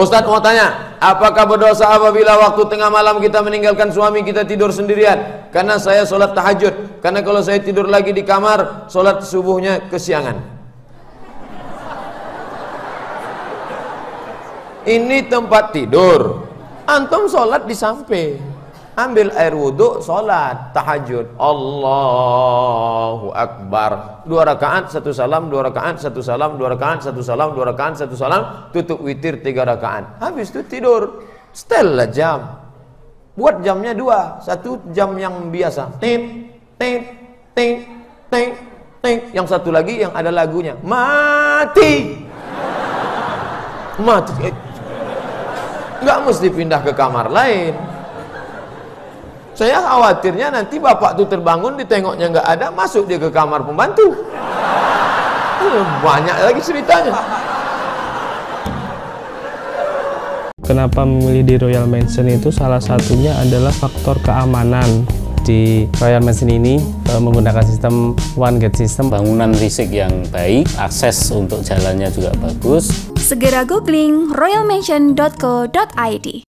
Ustadz mau tanya, apakah berdosa apabila waktu tengah malam kita meninggalkan suami kita tidur sendirian? Karena saya sholat tahajud. Karena kalau saya tidur lagi di kamar, sholat subuhnya kesiangan. Ini tempat tidur. Antum sholat di samping. Ambil air wudhu, sholat tahajud. Allahu Akbar. 2 rakaat, 1 salam, 2 rakaat, 1 salam, 2 rakaat, 1 salam, 2 rakaat, 1 salam. Tutup witir 3 rakaat. Habis itu tidur. Setel lah jam. Buat jamnya 2. 1 jam yang biasa. Ting, ting, ting, ting, ting. Yang satu lagi yang ada lagunya. Mati. Mati. Nggak mesti pindah ke kamar lain. Saya khawatirnya nanti bapak tuh terbangun, ditengoknya nggak ada, masuk dia ke kamar pembantu. Banyak lagi ceritanya. Kenapa memilih di Royal Mansion itu salah satunya adalah faktor keamanan. Di Royal Mansion ini menggunakan sistem one gate system, bangunan risik yang baik, akses untuk jalannya juga bagus. Segera googling royalmansion.co.id.